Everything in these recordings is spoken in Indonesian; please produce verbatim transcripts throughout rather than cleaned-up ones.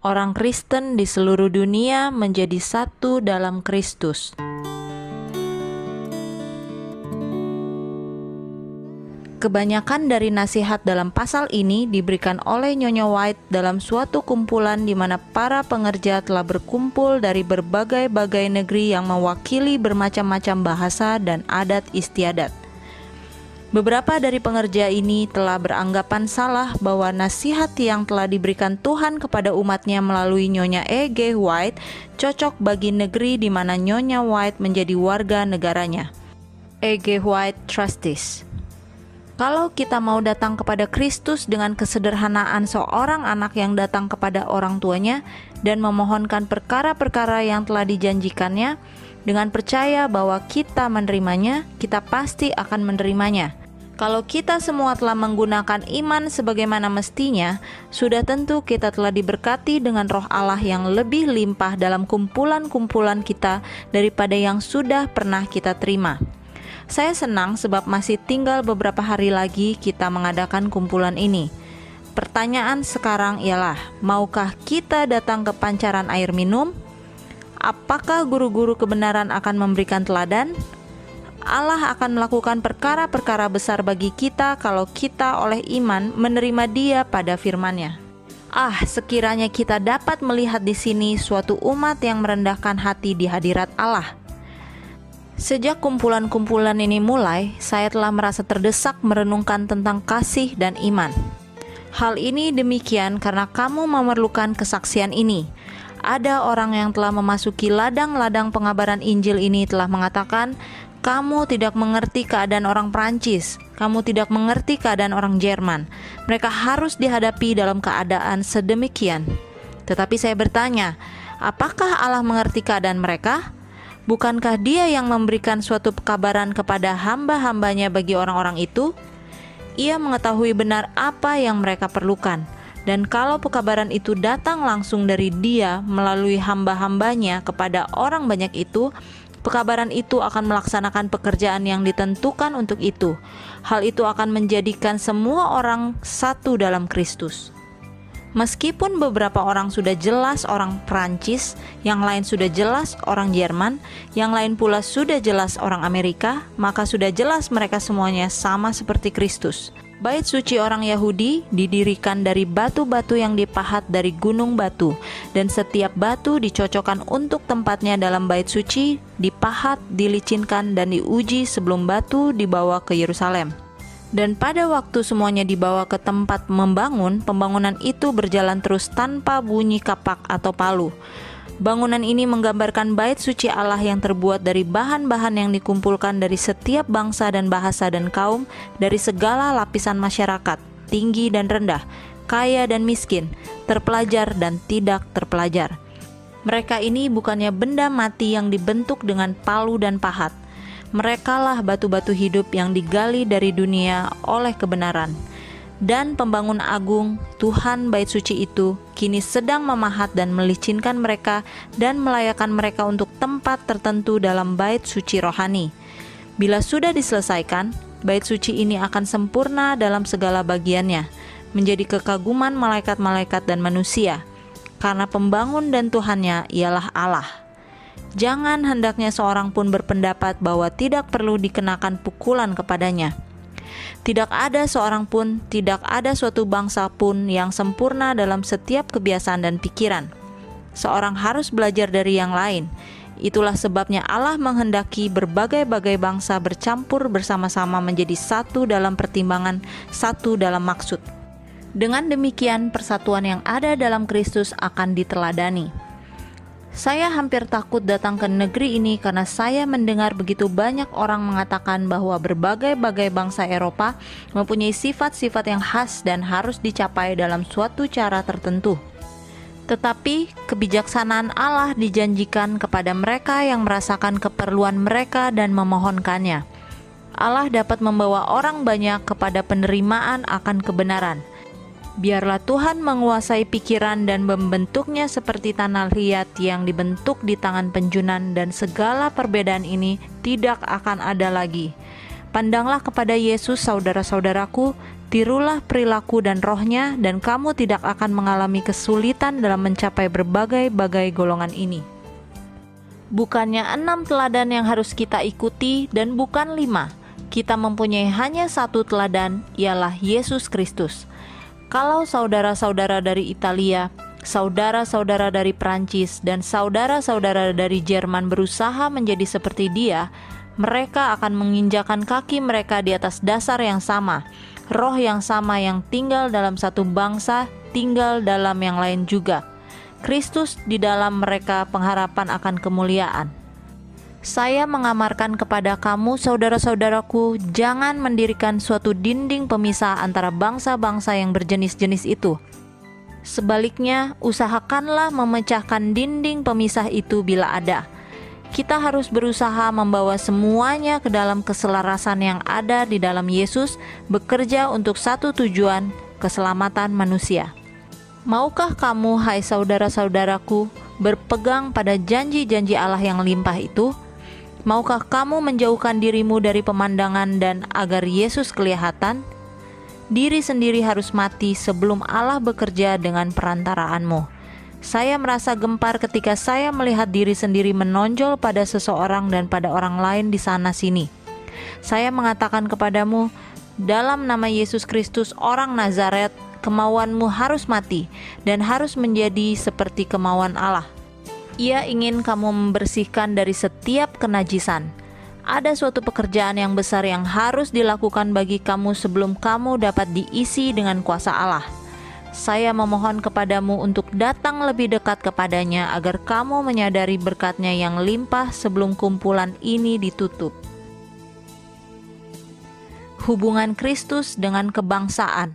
Orang Kristen di seluruh dunia menjadi satu dalam Kristus. Kebanyakan dari nasihat dalam pasal ini diberikan oleh Nyonya White dalam suatu kumpulan di mana para pengerja telah berkumpul dari berbagai-bagai negeri yang mewakili bermacam-macam bahasa dan adat istiadat. Beberapa dari pengerja ini telah beranggapan salah bahwa nasihat yang telah diberikan Tuhan kepada umatnya melalui Nyonya E G White cocok bagi negeri di mana Nyonya White menjadi warga negaranya. E G White Trustees. Kalau kita mau datang kepada Kristus dengan kesederhanaan seorang anak yang datang kepada orang tuanya dan memohonkan perkara-perkara yang telah dijanjikannya, dengan percaya bahwa kita menerimanya, kita pasti akan menerimanya. Kalau kita semua telah menggunakan iman sebagaimana mestinya, sudah tentu kita telah diberkati dengan roh Allah yang lebih limpah dalam kumpulan-kumpulan kita daripada yang sudah pernah kita terima. Saya senang sebab masih tinggal beberapa hari lagi kita mengadakan kumpulan ini. Pertanyaan sekarang ialah, maukah kita datang ke pancaran air minum? Apakah guru-guru kebenaran akan memberikan teladan? Allah akan melakukan perkara-perkara besar bagi kita kalau kita oleh iman menerima Dia pada firman-Nya. Ah, sekiranya kita dapat melihat di sini suatu umat yang merendahkan hati di hadirat Allah. Sejak kumpulan-kumpulan ini mulai, saya telah merasa terdesak merenungkan tentang kasih dan iman. Hal ini demikian karena kamu memerlukan kesaksian ini. Ada orang yang telah memasuki ladang-ladang pengabaran Injil ini telah mengatakan, kamu tidak mengerti keadaan orang Prancis, kamu tidak mengerti keadaan orang Jerman. Mereka harus dihadapi dalam keadaan sedemikian. Tetapi saya bertanya, apakah Allah mengerti keadaan mereka? Bukankah Dia yang memberikan suatu kabaran kepada hamba-hambanya bagi orang-orang itu? Ia mengetahui benar apa yang mereka perlukan. Dan kalau pekabaran itu datang langsung dari Dia melalui hamba-hambanya kepada orang banyak itu, pekabaran itu akan melaksanakan pekerjaan yang ditentukan untuk itu. Hal itu akan menjadikan semua orang satu dalam Kristus. Meskipun beberapa orang sudah jelas orang Prancis, yang lain sudah jelas orang Jerman, yang lain pula sudah jelas orang Amerika, maka sudah jelas mereka semuanya sama seperti Kristus. Bait suci orang Yahudi didirikan dari batu-batu yang dipahat dari gunung batu, dan setiap batu dicocokkan untuk tempatnya dalam bait suci, dipahat, dilicinkan, dan diuji sebelum batu dibawa ke Yerusalem. Dan pada waktu semuanya dibawa ke tempat membangun, pembangunan itu berjalan terus tanpa bunyi kapak atau palu. Bangunan ini menggambarkan bait suci Allah yang terbuat dari bahan-bahan yang dikumpulkan dari setiap bangsa dan bahasa dan kaum, dari segala lapisan masyarakat, tinggi dan rendah, kaya dan miskin, terpelajar dan tidak terpelajar. Mereka ini bukannya benda mati yang dibentuk dengan palu dan pahat. Merekalah batu-batu hidup yang digali dari dunia oleh kebenaran. Dan pembangun agung, Tuhan bait suci itu, kini sedang memahat dan melicinkan mereka dan melayakkan mereka untuk tempat tertentu dalam bait suci rohani. Bila sudah diselesaikan, bait suci ini akan sempurna dalam segala bagiannya, menjadi kekaguman malaikat-malaikat dan manusia, karena pembangun dan Tuhannya ialah Allah. Jangan hendaknya seorang pun berpendapat bahwa tidak perlu dikenakan pukulan kepadanya. Tidak ada seorang pun, tidak ada suatu bangsa pun yang sempurna dalam setiap kebiasaan dan pikiran. Seorang harus belajar dari yang lain. Itulah sebabnya Allah menghendaki berbagai-bagai bangsa bercampur bersama-sama menjadi satu dalam pertimbangan, satu dalam maksud. Dengan demikian, persatuan yang ada dalam Kristus akan diteladani. Saya hampir takut datang ke negeri ini karena saya mendengar begitu banyak orang mengatakan bahwa berbagai-bagai bangsa Eropa mempunyai sifat-sifat yang khas dan harus dicapai dalam suatu cara tertentu. Tetapi kebijaksanaan Allah dijanjikan kepada mereka yang merasakan keperluan mereka dan memohonkannya. Allah dapat membawa orang banyak kepada penerimaan akan kebenaran. Biarlah Tuhan menguasai pikiran dan membentuknya seperti tanah liat yang dibentuk di tangan penjunan, dan segala perbedaan ini tidak akan ada lagi. Pandanglah kepada Yesus, saudara-saudaraku, Tirulah perilaku dan rohnya, dan kamu tidak akan mengalami kesulitan dalam mencapai berbagai-bagai golongan ini. Bukannya enam teladan yang harus kita ikuti dan bukan lima. Kita mempunyai hanya satu teladan, ialah Yesus Kristus. Kalau saudara-saudara dari Italia, saudara-saudara dari Prancis, dan saudara-saudara dari Jerman berusaha menjadi seperti Dia, mereka akan menginjakan kaki mereka di atas dasar yang sama. Roh yang sama yang tinggal dalam satu bangsa, tinggal dalam yang lain juga. Kristus di dalam mereka pengharapan akan kemuliaan. Saya mengamarkan kepada kamu, saudara-saudaraku, jangan mendirikan suatu dinding pemisah antara bangsa-bangsa yang berjenis-jenis itu. Sebaliknya, usahakanlah memecahkan dinding pemisah itu bila ada. Kita harus berusaha membawa semuanya ke dalam keselarasan yang ada di dalam Yesus, bekerja untuk satu tujuan, keselamatan manusia. Maukah kamu, hai saudara-saudaraku, berpegang pada janji-janji Allah yang limpah itu? Maukah kamu menjauhkan dirimu dari pemandangan dan agar Yesus kelihatan? Diri sendiri harus mati sebelum Allah bekerja dengan perantaraanmu. Saya merasa gempar ketika saya melihat diri sendiri menonjol pada seseorang dan pada orang lain di sana-sini. Saya mengatakan kepadamu, dalam nama Yesus Kristus orang Nazaret, kemauanmu harus mati dan harus menjadi seperti kemauan Allah. Ia ingin kamu membersihkan dari setiap kenajisan. Ada suatu pekerjaan yang besar yang harus dilakukan bagi kamu sebelum kamu dapat diisi dengan kuasa Allah. Saya memohon kepadamu untuk datang lebih dekat kepadanya agar kamu menyadari berkat-Nya yang limpah sebelum kumpulan ini ditutup. Hubungan Kristus dengan kebangsaan.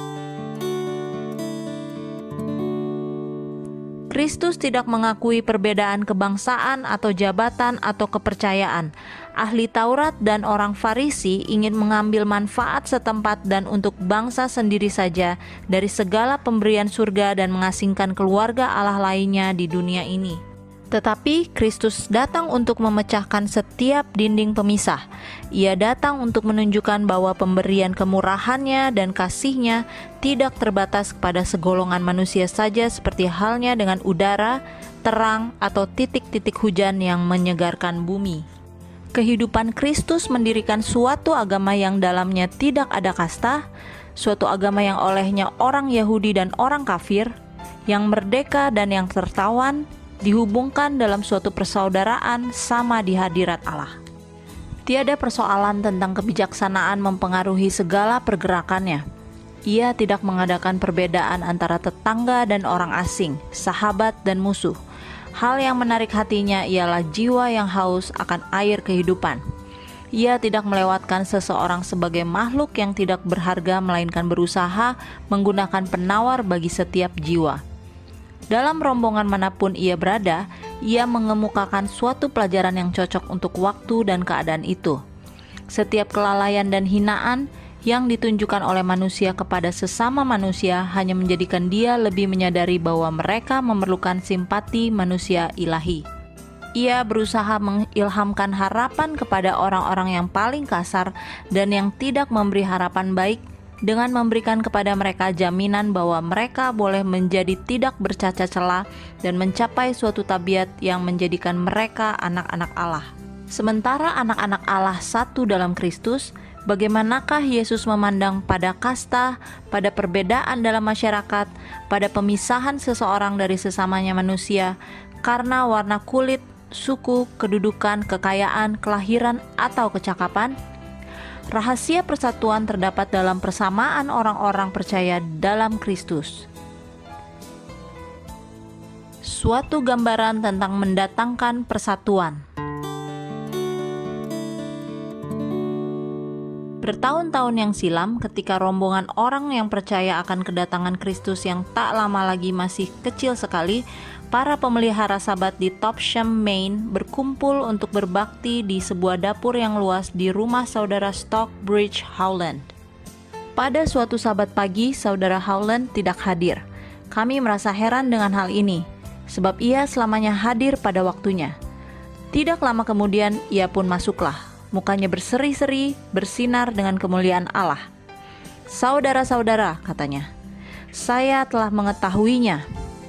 Kristus tidak mengakui perbedaan kebangsaan atau jabatan atau kepercayaan. Ahli Taurat dan orang Farisi ingin mengambil manfaat setempat dan untuk bangsa sendiri saja dari segala pemberian surga dan mengasingkan keluarga Allah lainnya di dunia ini. Tetapi Kristus datang untuk memecahkan setiap dinding pemisah. Ia datang untuk menunjukkan bahwa pemberian kemurahan-Nya dan kasih-Nya tidak terbatas kepada segolongan manusia saja seperti halnya dengan udara, terang, atau titik-titik hujan yang menyegarkan bumi. Kehidupan Kristus mendirikan suatu agama yang dalamnya tidak ada kasta, suatu agama yang olehnya orang Yahudi dan orang kafir, yang merdeka dan yang tertawan, dihubungkan dalam suatu persaudaraan sama di hadirat Allah. Tiada persoalan tentang kebijaksanaan mempengaruhi segala pergerakannya. Ia tidak mengadakan perbedaan antara tetangga dan orang asing, sahabat dan musuh. Hal yang menarik hatinya ialah jiwa yang haus akan air kehidupan. Ia tidak melewatkan seseorang sebagai makhluk yang tidak berharga, melainkan berusaha menggunakan penawar bagi setiap jiwa. Dalam rombongan manapun ia berada, ia mengemukakan suatu pelajaran yang cocok untuk waktu dan keadaan itu. Setiap kelalaian dan hinaan yang ditunjukkan oleh manusia kepada sesama manusia hanya menjadikan dia lebih menyadari bahwa mereka memerlukan simpati manusia ilahi. Ia berusaha mengilhamkan harapan kepada orang-orang yang paling kasar dan yang tidak memberi harapan baik, dengan memberikan kepada mereka jaminan bahwa mereka boleh menjadi tidak bercacat celah dan mencapai suatu tabiat yang menjadikan mereka anak-anak Allah. Sementara anak-anak Allah satu dalam Kristus, bagaimanakah Yesus memandang pada kasta, pada perbedaan dalam masyarakat, pada pemisahan seseorang dari sesamanya manusia, karena warna kulit, suku, kedudukan, kekayaan, kelahiran, atau kecakapan? Rahasia persatuan terdapat dalam persamaan orang-orang percaya dalam Kristus. Suatu gambaran tentang mendatangkan persatuan. Bertahun-tahun yang silam, ketika rombongan orang yang percaya akan kedatangan Kristus yang tak lama lagi masih kecil sekali, para pemelihara sabat di Topsham, Maine berkumpul untuk berbakti di sebuah dapur yang luas di rumah saudara Stockbridge Howland. Pada suatu sabat pagi, saudara Howland tidak hadir. Kami merasa heran dengan hal ini, sebab ia selamanya hadir pada waktunya. Tidak lama kemudian, ia pun masuklah. Mukanya berseri-seri, bersinar dengan kemuliaan Allah. "Saudara-saudara," katanya, "saya telah mengetahuinya.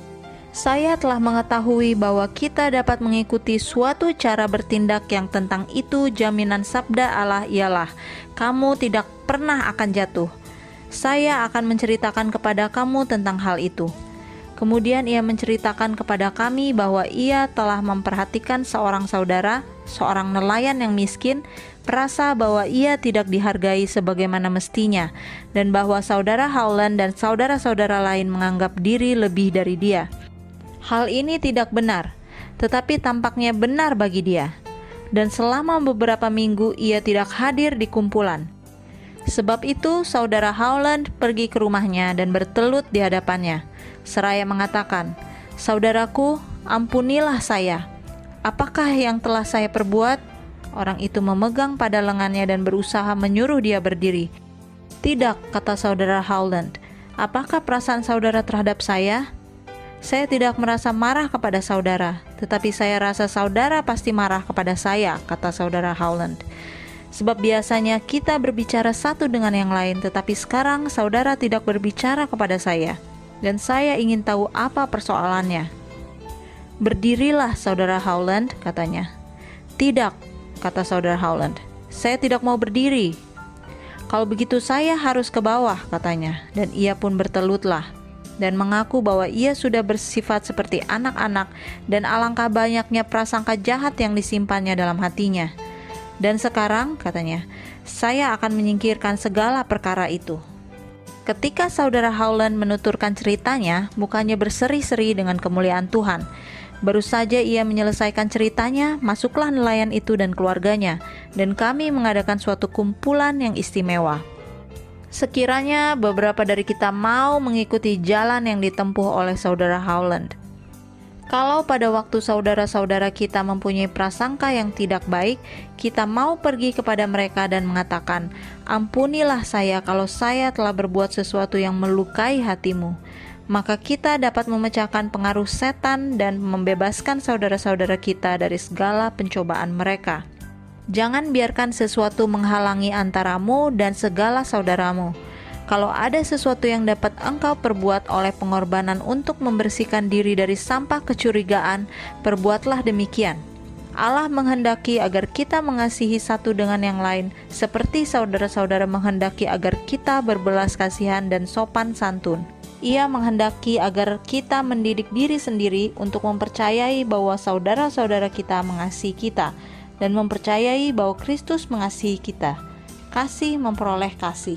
Saya telah mengetahui bahwa kita dapat mengikuti suatu cara bertindak yang tentang itu jaminan sabda Allah ialah, kamu tidak pernah akan jatuh. Saya akan menceritakan kepada kamu tentang hal itu." Kemudian ia menceritakan kepada kami bahwa ia telah memperhatikan seorang saudara, seorang nelayan yang miskin, merasa bahwa ia tidak dihargai sebagaimana mestinya, dan bahwa saudara Howland dan saudara-saudara lain menganggap diri lebih dari dia. Hal ini tidak benar, tetapi tampaknya benar bagi dia. Dan selama beberapa minggu ia tidak hadir di kumpulan. Sebab itu saudara Howland pergi ke rumahnya dan bertelut di hadapannya, seraya mengatakan, "Saudaraku, ampunilah saya. Apakah yang telah saya perbuat?" Orang itu memegang pada lengannya dan berusaha menyuruh dia berdiri. "Tidak," kata saudara Howland. "Apakah perasaan saudara terhadap saya? Saya tidak merasa marah kepada saudara, tetapi saya rasa saudara pasti marah kepada saya," kata saudara Howland. "Sebab biasanya kita berbicara satu dengan yang lain, tetapi sekarang saudara tidak berbicara kepada saya, dan saya ingin tahu apa persoalannya." "Berdirilah, saudara Howland," katanya. "Tidak," kata saudara Howland, "saya tidak mau berdiri." "Kalau begitu saya harus ke bawah," katanya, dan ia pun bertelutlah dan mengaku bahwa ia sudah bersifat seperti anak-anak dan alangkah banyaknya prasangka jahat yang disimpannya dalam hatinya. "Dan sekarang," katanya, "saya akan menyingkirkan segala perkara itu." Ketika saudara Howland menuturkan ceritanya, mukanya berseri-seri dengan kemuliaan Tuhan. Baru saja ia menyelesaikan ceritanya, masuklah nelayan itu dan keluarganya, dan kami mengadakan suatu kumpulan yang istimewa. Sekiranya beberapa dari kita mau mengikuti jalan yang ditempuh oleh saudara Howland. Kalau pada waktu saudara-saudara kita mempunyai prasangka yang tidak baik, kita mau pergi kepada mereka dan mengatakan, "Ampunilah saya kalau saya telah berbuat sesuatu yang melukai hatimu," maka kita dapat memecahkan pengaruh setan dan membebaskan saudara-saudara kita dari segala pencobaan mereka. Jangan biarkan sesuatu menghalangi antaramu dan segala saudaramu. Kalau ada sesuatu yang dapat engkau perbuat oleh pengorbanan untuk membersihkan diri dari sampah kecurigaan, perbuatlah demikian. Allah menghendaki agar kita mengasihi satu dengan yang lain, seperti saudara-saudara menghendaki agar kita berbelas kasihan dan sopan santun. Ia menghendaki agar kita mendidik diri sendiri untuk mempercayai bahwa saudara-saudara kita mengasihi kita, dan mempercayai bahwa Kristus mengasihi kita. Kasih memperoleh kasih.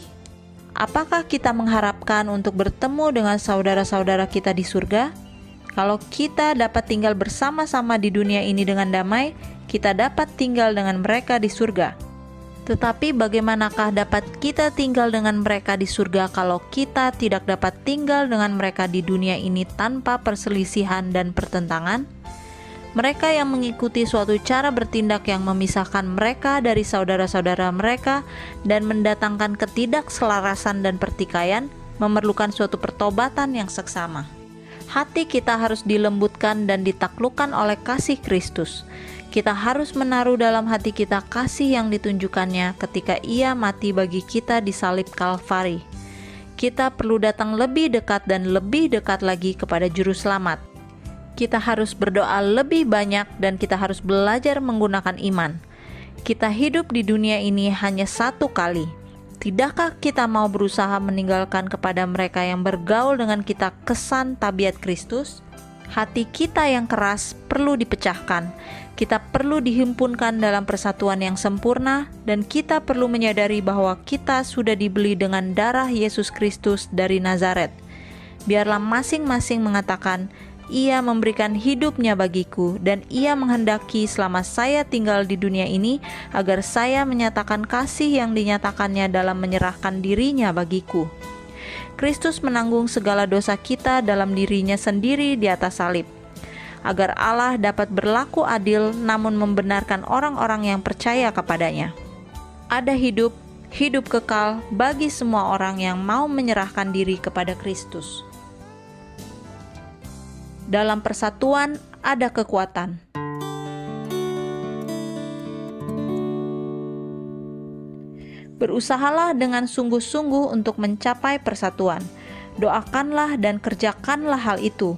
Apakah kita mengharapkan untuk bertemu dengan saudara-saudara kita di surga? Kalau kita dapat tinggal bersama-sama di dunia ini dengan damai, kita dapat tinggal dengan mereka di surga. Tetapi bagaimanakah dapat kita tinggal dengan mereka di surga kalau kita tidak dapat tinggal dengan mereka di dunia ini tanpa perselisihan dan pertentangan? Mereka yang mengikuti suatu cara bertindak yang memisahkan mereka dari saudara-saudara mereka dan mendatangkan ketidakselarasan dan pertikaian, memerlukan suatu pertobatan yang seksama. Hati kita harus dilembutkan dan ditaklukkan oleh kasih Kristus. Kita harus menaruh dalam hati kita kasih yang ditunjukkannya ketika Ia mati bagi kita di salib Kalvari. Kita perlu datang lebih dekat dan lebih dekat lagi kepada Juru Selamat. Kita harus berdoa lebih banyak dan kita harus belajar menggunakan iman. Kita hidup di dunia ini hanya satu kali. Tidakkah kita mau berusaha meninggalkan kepada mereka yang bergaul dengan kita kesan tabiat Kristus? Hati kita yang keras perlu dipecahkan. Kita perlu dihimpunkan dalam persatuan yang sempurna, dan kita perlu menyadari bahwa kita sudah dibeli dengan darah Yesus Kristus dari Nazaret. Biarlah masing-masing mengatakan, Ia memberikan hidupnya bagiku, dan Ia menghendaki selama saya tinggal di dunia ini, agar saya menyatakan kasih yang dinyatakannya dalam menyerahkan dirinya bagiku. Kristus menanggung segala dosa kita dalam dirinya sendiri di atas salib, agar Allah dapat berlaku adil namun membenarkan orang-orang yang percaya kepadanya. Ada hidup, hidup kekal bagi semua orang yang mau menyerahkan diri kepada Kristus. Dalam persatuan ada kekuatan. Berusahalah dengan sungguh-sungguh untuk mencapai persatuan. Doakanlah dan kerjakanlah hal itu.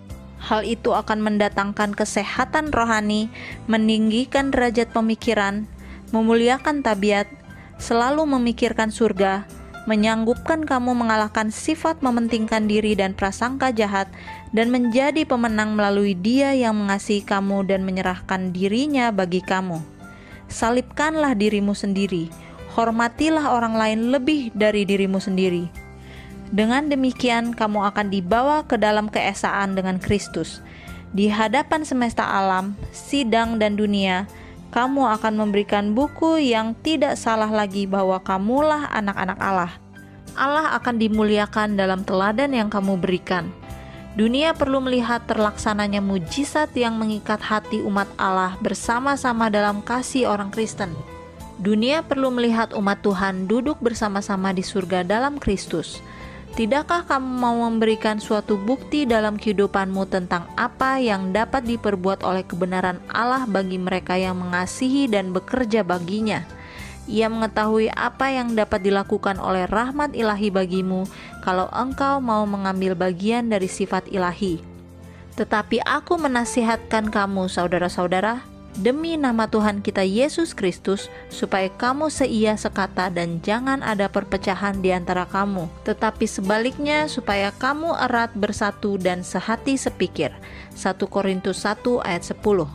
Hal itu akan mendatangkan kesehatan rohani, meninggikan derajat pemikiran, memuliakan tabiat, selalu memikirkan surga, menyanggupkan kamu mengalahkan sifat mementingkan diri dan prasangka jahat, dan menjadi pemenang melalui Dia yang mengasihi kamu dan menyerahkan dirinya bagi kamu. Salibkanlah dirimu sendiri, hormatilah orang lain lebih dari dirimu sendiri. Dengan demikian kamu akan dibawa ke dalam keesaan dengan Kristus. Di hadapan semesta alam, sidang dan dunia, kamu akan memberikan buku yang tidak salah lagi bahwa kamulah anak-anak Allah. Allah akan dimuliakan dalam teladan yang kamu berikan. Dunia perlu melihat terlaksananya mujizat yang mengikat hati umat Allah bersama-sama dalam kasih orang Kristen. Dunia perlu melihat umat Tuhan duduk bersama-sama di surga dalam Kristus. Tidakkah kamu mau memberikan suatu bukti dalam kehidupanmu tentang apa yang dapat diperbuat oleh kebenaran Allah bagi mereka yang mengasihi dan bekerja baginya? Ia mengetahui apa yang dapat dilakukan oleh rahmat ilahi bagimu kalau engkau mau mengambil bagian dari sifat ilahi. Tetapi aku menasihatkan kamu, saudara-saudara, demi nama Tuhan kita Yesus Kristus, supaya kamu seia sekata dan jangan ada perpecahan di antara kamu, tetapi sebaliknya supaya kamu erat bersatu dan sehati sepikir. satu Korintus satu ayat sepuluh.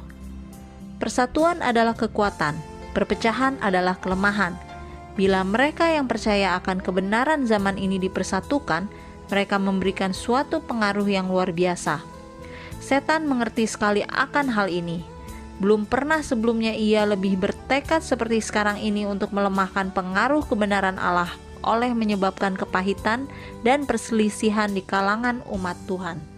Persatuan adalah kekuatan, perpecahan adalah kelemahan. Bila mereka yang percaya akan kebenaran zaman ini dipersatukan, mereka memberikan suatu pengaruh yang luar biasa. Setan mengerti sekali akan hal ini. Belum pernah sebelumnya ia lebih bertekad seperti sekarang ini untuk melemahkan pengaruh kebenaran Allah oleh menyebabkan kepahitan dan perselisihan di kalangan umat Tuhan.